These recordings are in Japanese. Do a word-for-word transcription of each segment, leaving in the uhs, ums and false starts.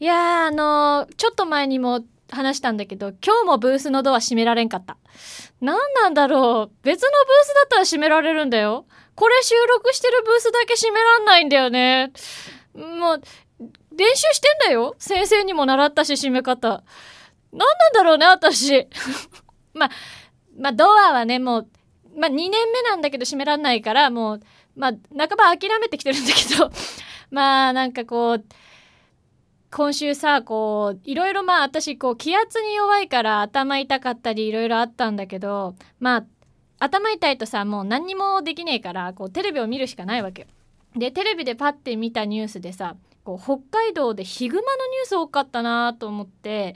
やーあのー、ちょっと前にも話したんだけど、今日もブースのドア閉められんかった。なんなんだろう、別のブースだったら閉められるんだよ。これ収録してるブースだけ閉めらんないんだよね。もう練習してんだよ、先生にも習ったし閉め方。なんなんだろうね私まあまあドアはねもう、まあ、にねんめなんだけど閉めらんないから、もうまあ半ば諦めてきてるんだけどまあなんかこう今週さ、こういろいろ、まあ私こう気圧に弱いから頭痛かったりいろいろあったんだけど、まあ頭痛いとさもう何にもできねえから、こうテレビを見るしかないわけよ。でテレビでパッて見たニュースでさ、こう北海道でヒグマのニュース多かったなと思って、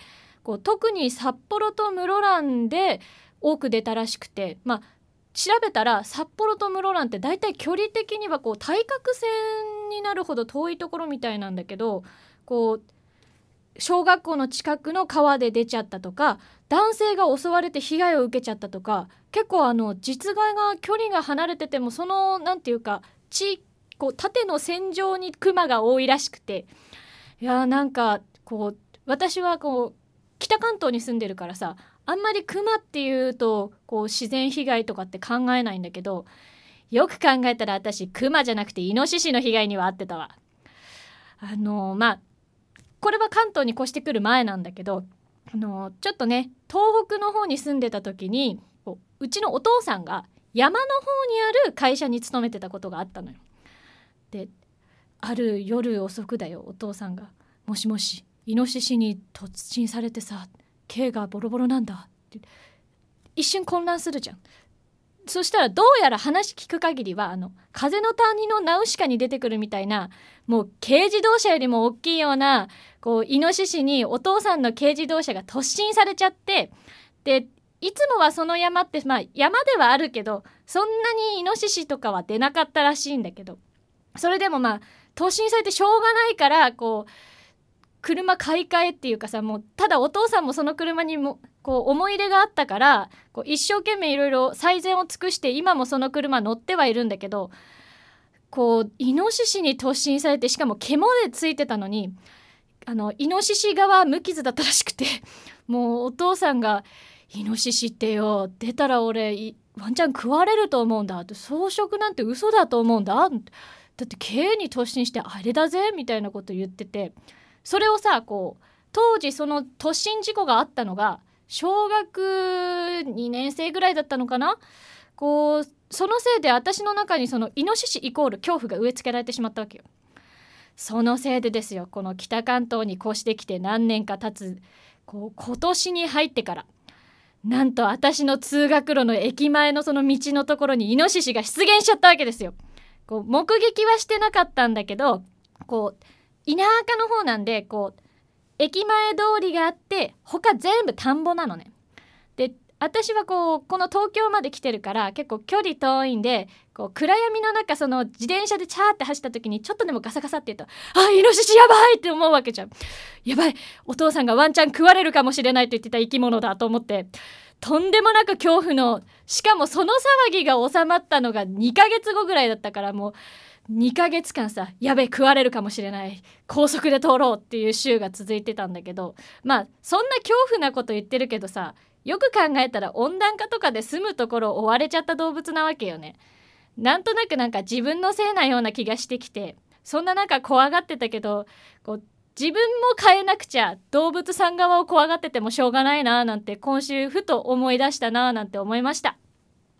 こう特に札幌と室蘭で多く出たらしくて、まあ調べたら札幌と室蘭ってだいたい距離的にはこう対角線になるほど遠いところみたいなんだけど、こう小学校の近くの川で出ちゃったとか、男性が襲われて被害を受けちゃったとか、結構あの実害が距離が離れててもそのなんていうか地こう縦の線上にクマが多いらしくて、いやーなんかこう私はこう北関東に住んでるからさ、あんまりクマっていうとこう自然被害とかって考えないんだけど、よく考えたら私クマじゃなくてイノシシの被害には遭ってたわ。あのー、まあこれは関東に越してくる前なんだけど、あのー、ちょっとね東北の方に住んでた時に、こううちのお父さんが山の方にある会社に勤めてたことがあったのよ。である夜遅くだよ、お父さんがもしもしイノシシに突進されてさ毛がボロボロなんだって一瞬混乱するじゃん。そしたらどうやら話聞く限りはあの風の谷のナウシカに出てくるみたいな、もう軽自動車よりも大きいようなこうイノシシにお父さんの軽自動車が突進されちゃって、でいつもはその山ってまあ山ではあるけどそんなにイノシシとかは出なかったらしいんだけど、それでもまあ突進されてしょうがないからこう車買い替えっていうかさ、もうただお父さんもその車にもこう思い入れがあったから、こう一生懸命いろいろ最善を尽くして今もその車乗ってはいるんだけど、こうイノシシに突進されて、しかも獣でついてたのに、あのイノシシ側無傷だったらしくて、もうお父さんがイノシシってよ出たら俺ワンちゃん食われると思うんだって、草食なんて嘘だと思うんだ、だって軽に突進してあれだぜみたいなこと言ってて、それをさこう当時その突進事故があったのが小学にねん生ぐらいだったのかな。こうそのせいで私の中にそのイノシシイコール恐怖が植え付けられてしまったわけよ。そのせいでですよ、この北関東に越してきて何年か経つこう今年に入ってから、なんと私の通学路の駅前のその道のところにイノシシが出現しちゃったわけですよ。こう目撃はしてなかったんだけど、こう田舎の方なんでこう駅前通りがあって他全部田んぼなのね。で私はこうこの東京まで来てるから結構距離遠いんで、こう暗闇の中その自転車でチャーって走った時にちょっとでもガサガサって言うと、あイノシシやばいって思うわけじゃん。やばい、お父さんがワンチャン食われるかもしれないと言ってた生き物だと思って、とんでもなく恐怖の、しかもその騒ぎが収まったのがにかげつごぐらいだったから、もうにかげつかんさ、やべえ食われるかもしれない、高速で通ろうっていう週が続いてたんだけど、まあそんな恐怖なこと言ってるけどさ、よく考えたら温暖化とかで住むところを追われちゃった動物なわけよね。なんとなくなんか自分のせいなような気がしてきて、そんななんか怖がってたけど、こう自分も変えなくちゃ、動物さん側を怖がっててもしょうがないななんて今週ふと思い出したななんて思いました。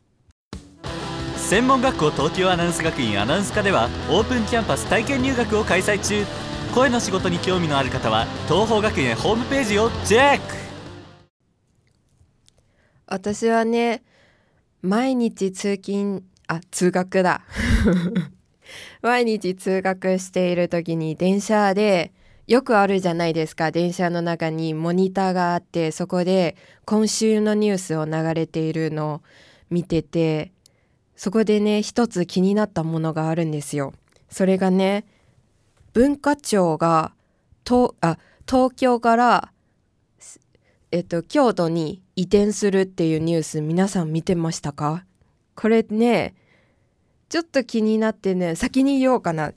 専門学校東京アナウンス学院アナウンス科ではオープンキャンパス体験入学を開催中。声の仕事に興味のある方は東邦学園ホームページをチェック。 私はね、毎日通勤あ通学だ毎日通学している時に電車でよくあるじゃないですか。電車の中にモニターがあって、そこで今週のニュースを流れているのを見てて、そこでね一つ気になったものがあるんですよ。それがね、文化庁がとあ東京からえっと京都に移転するっていうニュース、皆さん見てましたか？これねちょっと気になってね、先に言おうかな。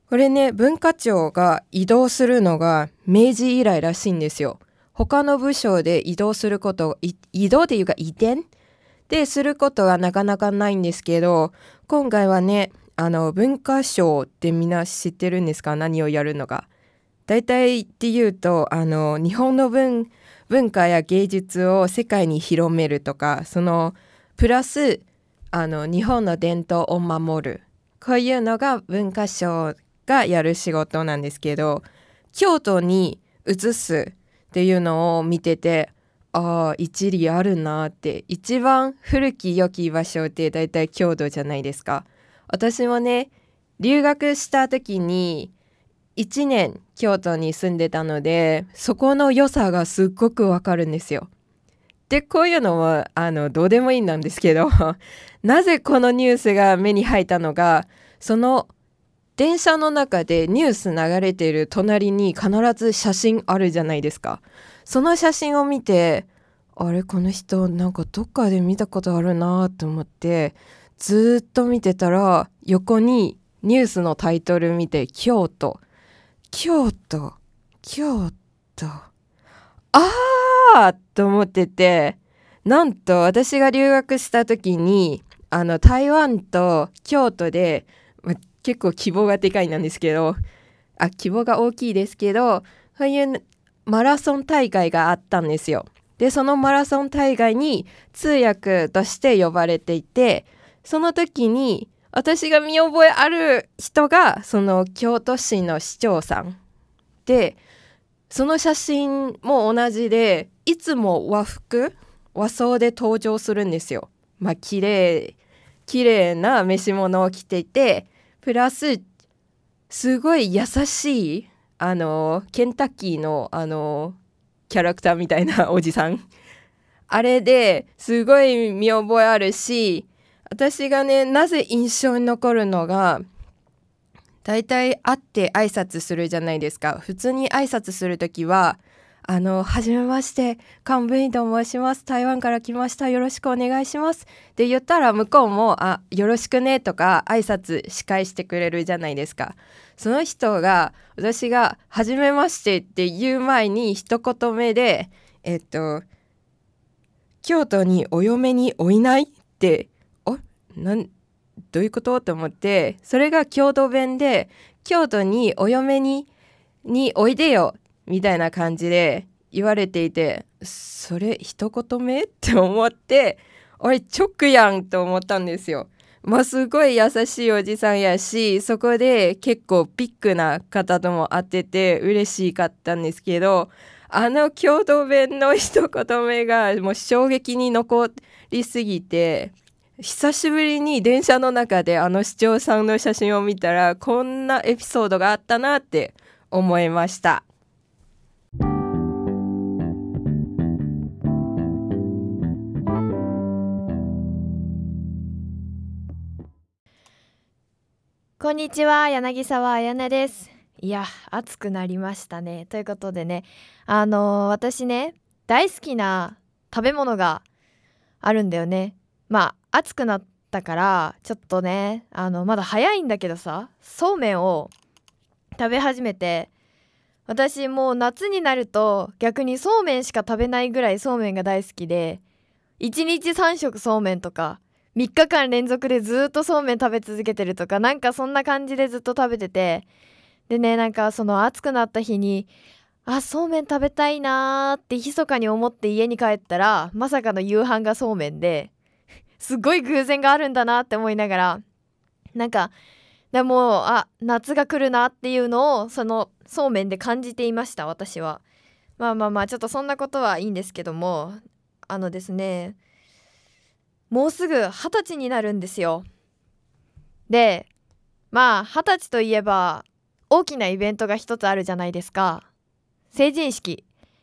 これね、文化庁が移動するのが明治以来らしいんですよ。他の部署で移動すること、移動っていうか移転ですることはなかなかないんですけど、今回はね、あの文化省ってみんな知ってるんですか？何をやるのか。大体っていうと、あの日本の 文, 文化や芸術を世界に広めるとか、そのプラスあの日本の伝統を守る、こういうのが文化省がやる仕事なんですけど、京都に移すっていうのを見てて、ああ一理あるなって。一番古き良き場所ってだいたい京都じゃないですか。私もね、留学した時にいちねん京都に住んでたので、そこの良さがすっごくわかるんですよ。で、こういうのはあのどうでもいいんなんですけどなぜこのニュースが目に入ったのが、その電車の中でニュース流れている隣に必ず写真あるじゃないですか。その写真を見て、あれこの人なんかどっかで見たことあるなと思ってずっと見てたら、横にニュースのタイトル見て、京都京都京都あーと思ってて、なんと私が留学した時にあの台湾と京都で、ま、結構規模がでかいなんですけど、あ規模が大きいですけど、そういうマラソン大会があったんですよ。でそのマラソン大会に通訳として呼ばれていて、その時に私が見覚えある人がその京都市の市長さんで、その写真も同じで、いつも和服和装で登場するんですよ。まあ綺麗綺麗な召し物を着ていて、プラスすごい優しいあのケンタッキーのあのキャラクターみたいなおじさん、あれですごい見覚えあるし、私がねなぜ印象に残るのが、だいたい会って挨拶するじゃないですか。普通に挨拶するときは、あのはじめまして、カンブイと申します、台湾から来ました、よろしくお願いしますって言ったら、向こうもあよろしくねとか挨拶し返してくれるじゃないですか。その人が私がはじめましてって言う前に一言目で、えっと京都にお嫁においないって、おなんどういうことと思って、それが京都弁で、京都にお嫁ににおいでよみたいな感じで言われていて、それ一言目って思って、俺直やんと思ったんですよ。まあすごい優しいおじさんやし、そこで結構ビッグな方とも会ってて嬉しかったんですけど、あの京都弁の一言目がもう衝撃に残りすぎて、久しぶりに電車の中であの市長さんの写真を見たら、こんなエピソードがあったなって思いました。 こんにちは、柳沢彩音です。いや、暑くなりましたね。ということでね、あのー、私ね、大好きな食べ物があるんだよね。まあ暑くなったからちょっとね、あのまだ早いんだけどさ、そうめんを食べ始めて、私もう夏になると逆にそうめんしか食べないぐらいそうめんが大好きで、いちにちさん食そうめんとかみっかかん連続でずっとそうめん食べ続けてるとか、なんかそんな感じでずっと食べてて、でね、なんかその暑くなった日に、あ、そうめん食べたいなーって密かに思って家に帰ったら、まさかの夕飯がそうめんで、すごい偶然があるんだなって思いながら、なんかでもあ夏が来るなっていうのをそのそうめんで感じていました、私は。まあまあまあ、ちょっとそんなことはいいんですけども、あのですね、もうすぐ二十歳になるんですよ。で、まあ二十歳といえば大きなイベントが一つあるじゃないですか。成人式。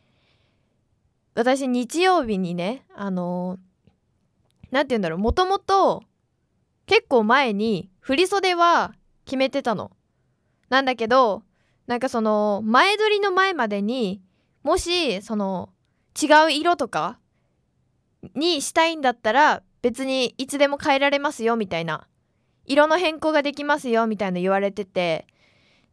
私日曜日にね、あのなんて言うんだろう、もともと結構前に振り袖は決めてたのなんだけど、なんかその前撮りの前までに、もしその違う色とかにしたいんだったら別にいつでも変えられますよみたいな、色の変更ができますよみたいな言われてて、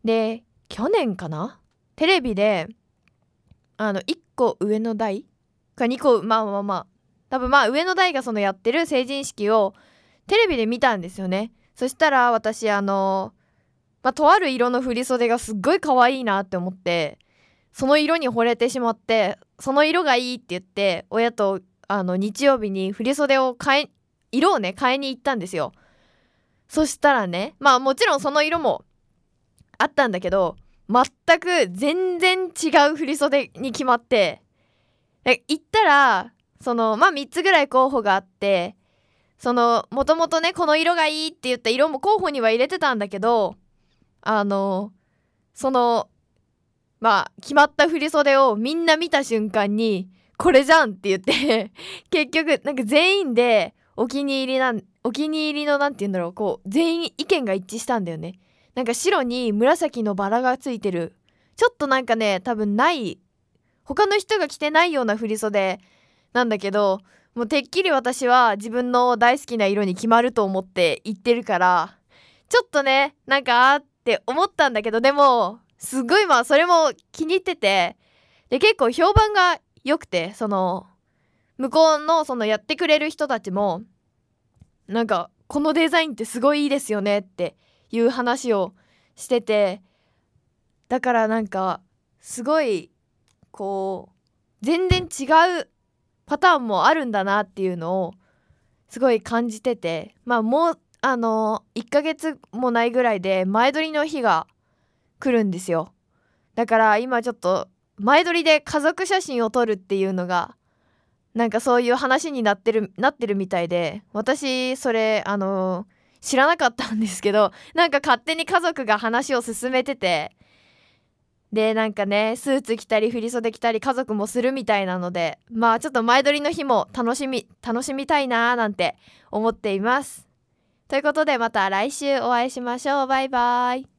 で去年かな、テレビであのいっこ上の代かにこ、まあまあまあ多分まあ上の代がそのやってる成人式をテレビで見たんですよね。そしたら私あのまあとある色の振袖がすっごい可愛いなって思って、その色に惚れてしまって、その色がいいって言って親とあの日曜日に振袖を買い色をね買いに行ったんですよ。そしたらね、まあもちろんその色もあったんだけど、全く全然違う振袖に決まって、行ったらそのまあみっつぐらい候補があって、そのもともとねこの色がいいって言った色も候補には入れてたんだけど、あのそのまあ決まった振袖をみんな見た瞬間にこれじゃんって言って結局なんか全員でお気に入りなんお気に入りのなんて言うんだろう、こう全員意見が一致したんだよね。なんか白に紫のバラがついてる、ちょっとなんかね多分ない他の人が着てないような振袖なんだけど、もうてっきり私は自分の大好きな色に決まると思って言ってるから、ちょっとねなんかあーって思ったんだけど、でもすごいまあそれも気に入ってて、で結構評判が良くて、その向こうのそのやってくれる人たちもなんかこのデザインってすごいいいですよねっていう話をしてて、だからなんかすごいこう全然違うパターンもあるんだなっていうのをすごい感じてて、まあもうあのいっかげつもないぐらいで前撮りの日が来るんですよ。だから今ちょっと前撮りで家族写真を撮るっていうのがなんかそういう話になってるなってるみたいで、私それあの知らなかったんですけど、なんか勝手に家族が話を進めてて、でなんかねスーツ着たり振袖着たり家族もするみたいなので、まあちょっと前撮りの日も楽しみ楽しみたいなーなんて思っています。ということでまた来週お会いしましょう。バイバイ。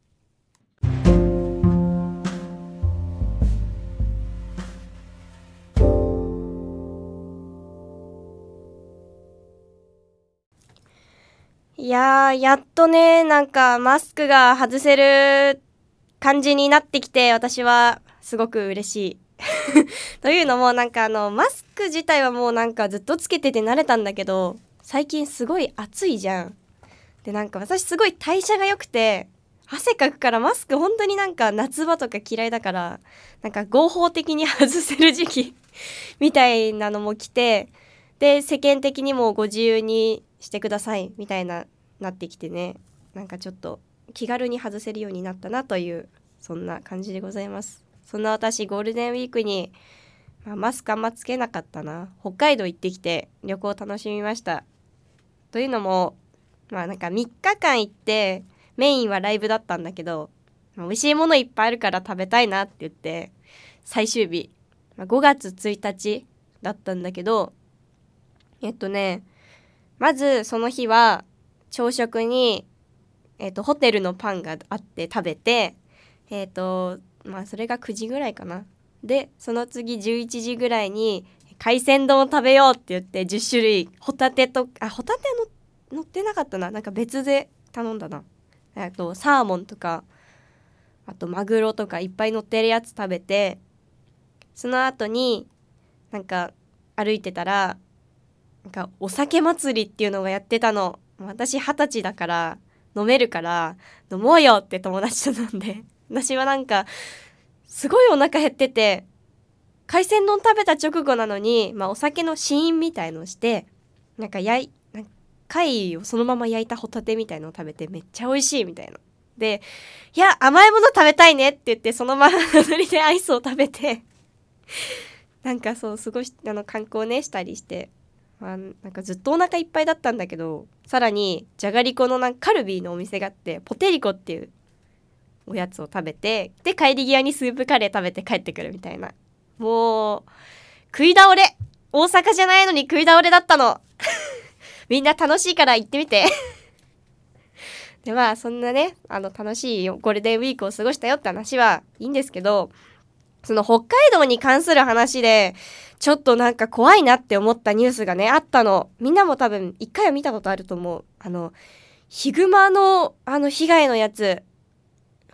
いやー、やっとね、なんかマスクが外せる感じになってきて、私はすごく嬉しい。というのも、なんかあの、マスク自体はもうなんかずっとつけてて慣れたんだけど、最近すごい暑いじゃん。で、なんか私すごい代謝が良くて、汗かくからマスク本当になんか夏場とか嫌いだから、なんか合法的に外せる時期みたいなのも来て、で、世間的にもご自由にしてくださいみたいななってきてね、なんかちょっと気軽に外せるようになったなというそんな感じでございます。そんな私ゴールデンウィークに、まあ、マスクあんまつけなかったな。北海道行ってきて旅行を楽しみました。というのもまあなんかみっかかん行ってメインはライブだったんだけど、まあ、美味しいものいっぱいあるから食べたいなって言って最終日、まあ、ごがつついたちだったんだけど、えっとねまずその日は朝食に、えー、とホテルのパンがあって食べて、えっとまあそれがくじぐらいかな。でその次じゅういちじぐらいに海鮮丼を食べようって言ってじゅっしゅるいホタテとあホタテの乗ってなかったな、なんか別で頼んだな。あとサーモンとかあとマグロとかいっぱい乗ってるやつ食べて、その後になんか歩いてたらなんかお酒祭りっていうのがやってたの。私二十歳だから飲めるから飲もうよって友達と飲んで、私はなんかすごいお腹減ってて、海鮮丼食べた直後なのに、まあ、お酒の試飲みたいのをしてなんか焼いなんか貝をそのまま焼いたホタテみたいのを食べてめっちゃ美味しいみたいなで、いや甘いもの食べたいねって言ってそのままノリでアイスを食べてなんかそう過ごしあの観光ねしたりして、まあ、なんかずっとお腹いっぱいだったんだけど、さらにじゃがりこのなんかカルビーのお店があってポテリコっていうおやつを食べて、で帰り際にスープカレー食べて帰ってくるみたいな、もう食い倒れ、大阪じゃないのに食い倒れだったのみんな楽しいから行ってみてでまあそんなねあの楽しいゴールデンウィークを過ごしたよって話はいいんですけど、その北海道に関する話でちょっとなんか怖いなって思ったニュースがねあったの。みんなも多分一回は見たことあると思う。あのヒグマのあの被害のやつ、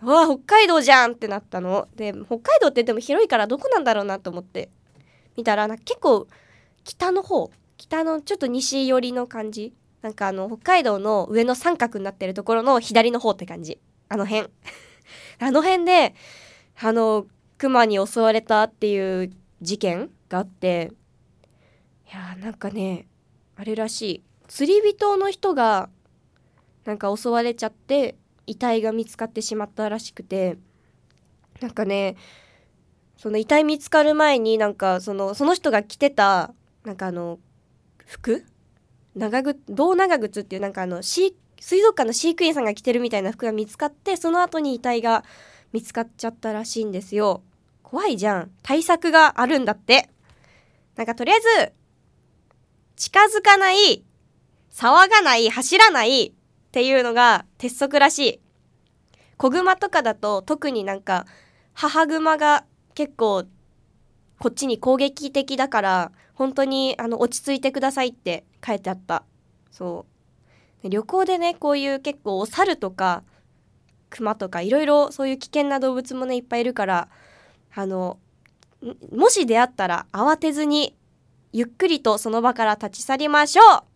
うわ北海道じゃんってなったので、北海道ってでも広いからどこなんだろうなと思って見たら、なんか結構北の方、北のちょっと西寄りの感じ、なんかあの北海道の上の三角になってるところの左の方って感じ、あの辺あの辺であの熊に襲われたっていう事件があって、いやーなんかねあれらしい、釣り人の人がなんか襲われちゃって遺体が見つかってしまったらしくて、なんかねその遺体見つかる前になんかそのその人が着てたなんかあの服、長靴、胴長靴っていうなんかあの飼水族館の飼育員さんが着てるみたいな服が見つかって、その後に遺体が見つかっちゃったらしいんですよ。怖いじゃん。対策があるんだって。なんかとりあえず近づかない、騒がない、走らないっていうのが鉄則らしい。子グマとかだと特になんか母グマが結構こっちに攻撃的だから本当にあの落ち着いてくださいって書いてあった。そう旅行でね、こういう結構猿とかクマとかいろいろそういう危険な動物もねいっぱいいるから、あのもし出会ったら慌てずにゆっくりとその場から立ち去りましょう。